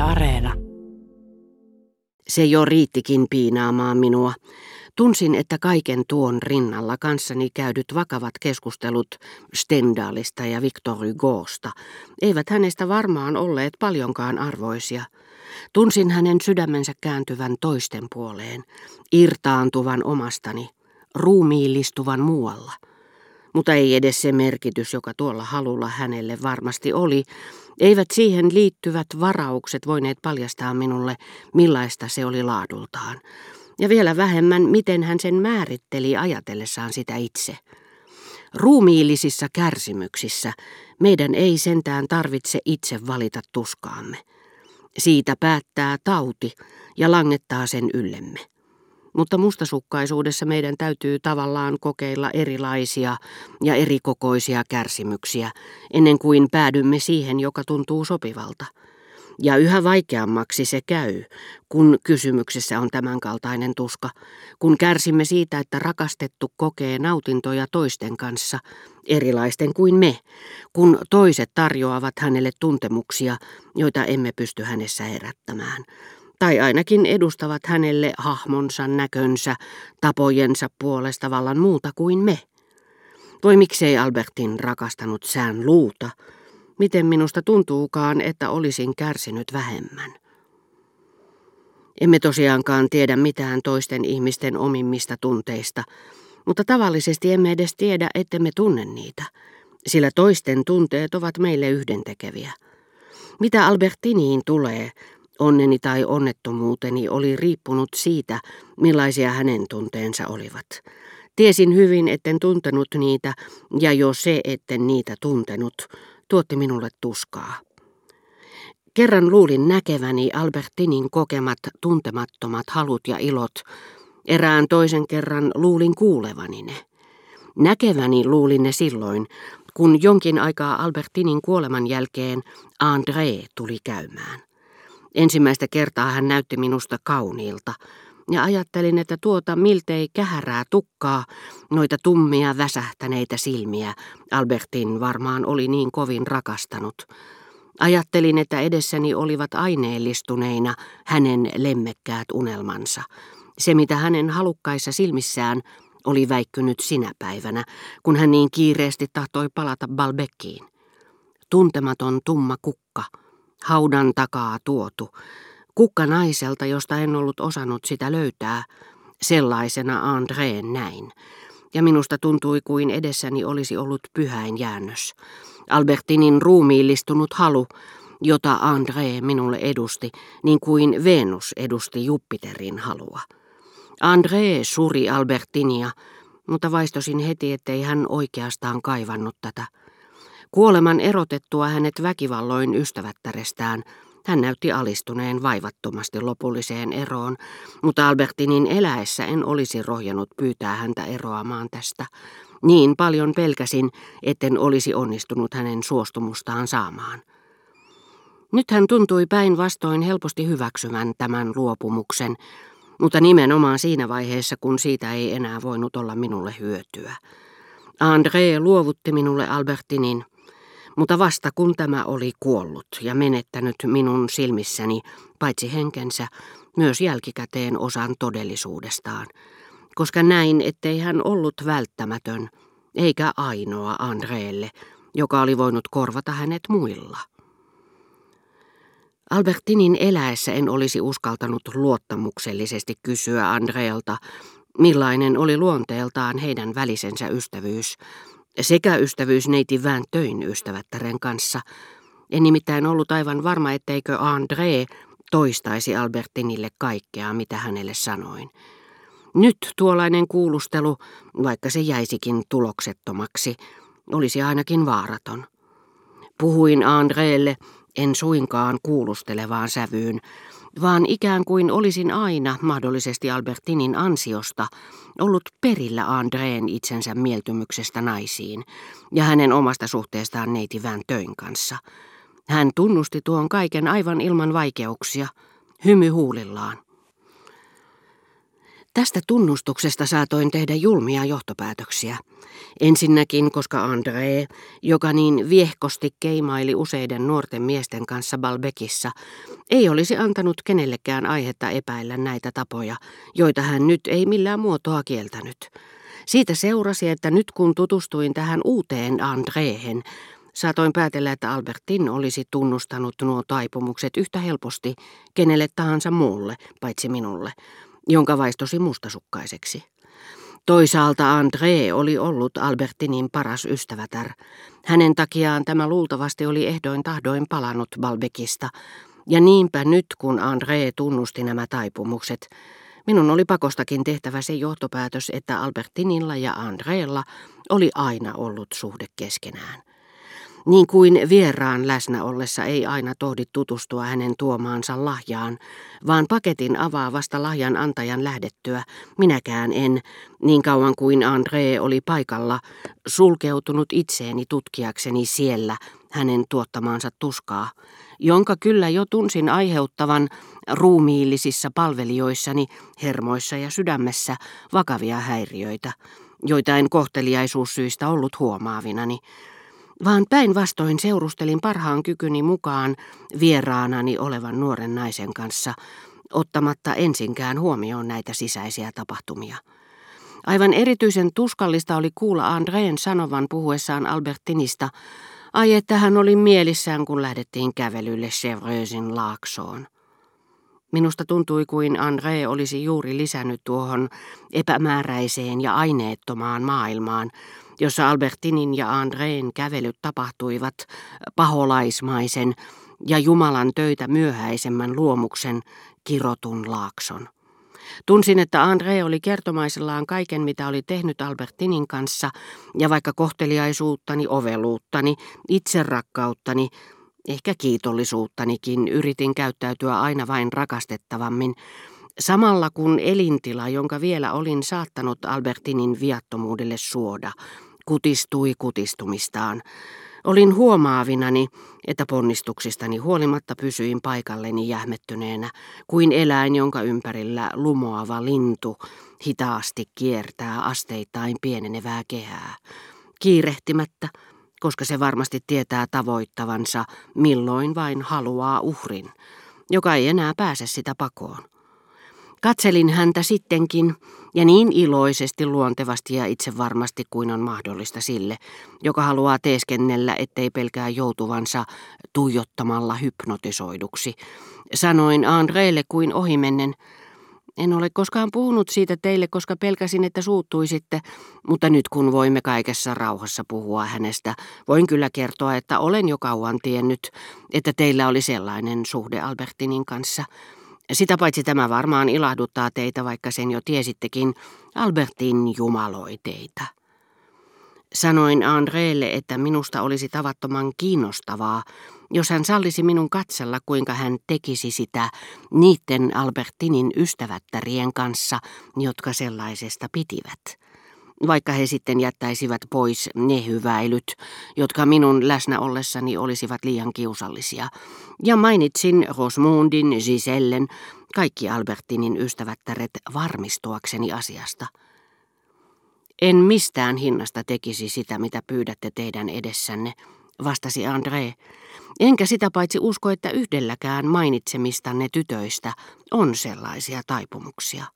Areena. Se jo riittikin piinaamaan minua. Tunsin, että kaiken tuon rinnalla kanssani käydyt vakavat keskustelut Stendhalista ja Victor Hugosta eivät hänestä varmaan olleet paljonkaan arvoisia. Tunsin hänen sydämensä kääntyvän toisten puoleen, irtaantuvan omastani, ruumiillistuvan muualla. Mutta ei edes se merkitys, joka tuolla halulla hänelle varmasti oli, eivät siihen liittyvät varaukset voineet paljastaa minulle, millaista se oli laadultaan. Ja vielä vähemmän, miten hän sen määritteli ajatellessaan sitä itse. Ruumiillisissa kärsimyksissä meidän ei sentään tarvitse itse valita tuskaamme. Siitä päättää tauti ja langettaa sen yllemme. Mutta mustasukkaisuudessa meidän täytyy tavallaan kokeilla erilaisia ja erikokoisia kärsimyksiä, ennen kuin päädymme siihen, joka tuntuu sopivalta. Ja yhä vaikeammaksi se käy, kun kysymyksessä on tämänkaltainen tuska, kun kärsimme siitä, että rakastettu kokee nautintoja toisten kanssa, erilaisten kuin me, kun toiset tarjoavat hänelle tuntemuksia, joita emme pysty hänessä herättämään. Tai ainakin edustavat hänelle hahmonsa, näkönsä, tapojensa puolesta vallan muuta kuin me. Voi miksei Albertine rakastanut sään luuta? Miten minusta tuntuukaan, että olisin kärsinyt vähemmän? Emme tosiaankaan tiedä mitään toisten ihmisten omimmista tunteista, mutta tavallisesti emme edes tiedä, ettemme tunne niitä, sillä toisten tunteet ovat meille yhdentekeviä. Mitä Albertiniin tulee, onneni tai onnettomuuteni oli riippunut siitä, millaisia hänen tunteensa olivat. Tiesin hyvin, etten tuntenut niitä, ja jo se, etten niitä tuntenut, tuotti minulle tuskaa. Kerran luulin näkeväni Albertinin kokemat tuntemattomat halut ja ilot, erään toisen kerran luulin kuulevani ne. Näkeväni luulin ne silloin, kun jonkin aikaa Albertinin kuoleman jälkeen André tuli käymään. Ensimmäistä kertaa hän näytti minusta kauniilta, ja ajattelin, että tuota miltei kähärää tukkaa, noita tummia väsähtäneitä silmiä Albertine varmaan oli niin kovin rakastanut. Ajattelin, että edessäni olivat aineellistuneina hänen lemmekkäät unelmansa. Se, mitä hänen halukkaissa silmissään oli väikkynyt sinä päivänä, kun hän niin kiireesti tahtoi palata Balbeckiin. Tuntematon tumma kukka, haudan takaa tuotu, kukka naiselta, josta en ollut osannut sitä löytää, sellaisena Andreen näin. Ja minusta tuntui kuin edessäni olisi ollut pyhäin jäännös. Albertinin ruumiillistunut halu, jota André minulle edusti, niin kuin Venus edusti Jupiterin halua. André suri Albertinia, mutta vaistosin heti, ettei hän oikeastaan kaivannut tätä. Kuoleman erotettua hänet väkivalloin ystävättärestään, hän näytti alistuneen vaivattomasti lopulliseen eroon, mutta Albertinin eläessä en olisi rohjennut pyytää häntä eroamaan tästä. Niin paljon pelkäsin, etten olisi onnistunut hänen suostumustaan saamaan. Nyt hän tuntui päinvastoin helposti hyväksymän tämän luopumuksen, mutta nimenomaan siinä vaiheessa, kun siitä ei enää voinut olla minulle hyötyä. André luovutti minulle Albertinin, mutta vasta kun tämä oli kuollut ja menettänyt minun silmissäni paitsi henkensä, myös jälkikäteen osan todellisuudestaan, koska näin, ettei hän ollut välttämätön, eikä ainoa Andréelle, joka oli voinut korvata hänet muilla. Albertinin eläessä en olisi uskaltanut luottamuksellisesti kysyä Andreelta, millainen oli luonteeltaan heidän välisensä ystävyys, sekä ystävyys neiti Vinteuil'n ystävättären kanssa. En nimittäin ollut aivan varma, etteikö André toistaisi Albertinille kaikkea, mitä hänelle sanoin. Nyt tuollainen kuulustelu, vaikka se jäisikin tuloksettomaksi, olisi ainakin vaaraton. Puhuin Andréelle, en suinkaan kuulustelevaan sävyyn, vaan ikään kuin olisin aina, mahdollisesti Albertinin ansiosta, ollut perillä Andreen itsensä mieltymyksestä naisiin ja hänen omasta suhteestaan neiti Vinteuil'n kanssa. Hän tunnusti tuon kaiken aivan ilman vaikeuksia, hymy huulillaan. Tästä tunnustuksesta saatoin tehdä julmia johtopäätöksiä. Ensinnäkin, koska André, joka niin viehkosti keimaili useiden nuorten miesten kanssa Balbecissa, Ei olisi antanut kenellekään aihetta epäillä näitä tapoja, joita hän nyt ei millään muotoa kieltänyt. Siitä seurasi, että nyt kun tutustuin tähän uuteen Andréhen, saatoin päätellä, että Albertine olisi tunnustanut nuo taipumukset yhtä helposti kenelle tahansa muulle, paitsi minulle, jonka vaistosi mustasukkaiseksi. Toisaalta André oli ollut Albertinin paras ystävätär. Hänen takiaan tämä luultavasti oli ehdoin tahdoin palannut Balbekista, ja niinpä nyt kun André tunnusti nämä taipumukset, minun oli pakostakin tehtävä se johtopäätös, että Albertinilla ja Andrélla oli aina ollut suhde keskenään. Niin kuin vieraan läsnä ollessa ei aina tohdi tutustua hänen tuomaansa lahjaan, vaan paketin avaa vasta lahjan antajan lähdettyä, minäkään en, niin kauan kuin André oli paikalla, sulkeutunut itseeni tutkiakseni siellä hänen tuottamaansa tuskaa, jonka kyllä jo tunsin aiheuttavan ruumiillisissa palvelijoissani, hermoissa ja sydämessä vakavia häiriöitä, joita en kohteliaisuussyistä ollut huomaavinani, vaan päinvastoin seurustelin parhaan kykyni mukaan vieraanani olevan nuoren naisen kanssa, ottamatta ensinkään huomioon näitä sisäisiä tapahtumia. Aivan erityisen tuskallista oli kuulla Andrén sanovan puhuessaan Albertinista, ai että hän oli mielissään, kun lähdettiin kävelylle Chevreusin laaksoon. Minusta tuntui kuin André olisi juuri lisännyt tuohon epämääräiseen ja aineettomaan maailmaan, jossa Albertinin ja Andrén kävelyt tapahtuivat paholaismaisen ja Jumalan töitä myöhäisemmän luomuksen kirotun laakson. Tunsin, että André oli kertomaisellaan kaiken, mitä oli tehnyt Albertinin kanssa, ja vaikka kohteliaisuuttani, oveluuttani, itserakkauttani, ehkä kiitollisuuttanikin yritin käyttäytyä aina vain rakastettavammin, samalla kun elintila, jonka vielä olin saattanut Albertinin viattomuudelle suoda, kutistui kutistumistaan. Olin huomaavinani, että ponnistuksistani huolimatta pysyin paikalleni jähmettyneenä, kuin eläin, jonka ympärillä lumoava lintu hitaasti kiertää asteittain pienenevää kehää, kiirehtimättä, koska se varmasti tietää tavoittavansa, milloin vain haluaa uhrin, joka ei enää pääse sitä pakoon. Katselin häntä sittenkin, ja niin iloisesti, luontevasti ja itse varmasti kuin on mahdollista sille, joka haluaa teeskennellä, ettei pelkää joutuvansa tuijottamalla hypnotisoiduksi. Sanoin Andrélle kuin ohimennen, en ole koskaan puhunut siitä teille, koska pelkäsin, että suuttuisitte, mutta nyt kun voimme kaikessa rauhassa puhua hänestä, voin kyllä kertoa, että olen jo kauan tiennyt, että teillä oli sellainen suhde Albertinin kanssa. Sitä paitsi tämä varmaan ilahduttaa teitä, vaikka sen jo tiesittekin, Albertin jumaloi teitä. Sanoin Andrélle, että minusta olisi tavattoman kiinnostavaa, jos hän sallisi minun katsella, kuinka hän tekisi sitä niiden Albertinin ystävättärien kanssa, jotka sellaisesta pitivät. Vaikka he sitten jättäisivät pois ne hyväilyt, jotka minun läsnä ollessani olisivat liian kiusallisia. Ja mainitsin Rosmundin, Gisellen, kaikki Albertinin ystävättäret varmistuakseni asiasta. En mistään hinnasta tekisi sitä, mitä pyydätte teidän edessänne, vastasi André. Enkä sitä paitsi usko, että yhdelläkään mainitsemistanne tytöistä on sellaisia taipumuksia.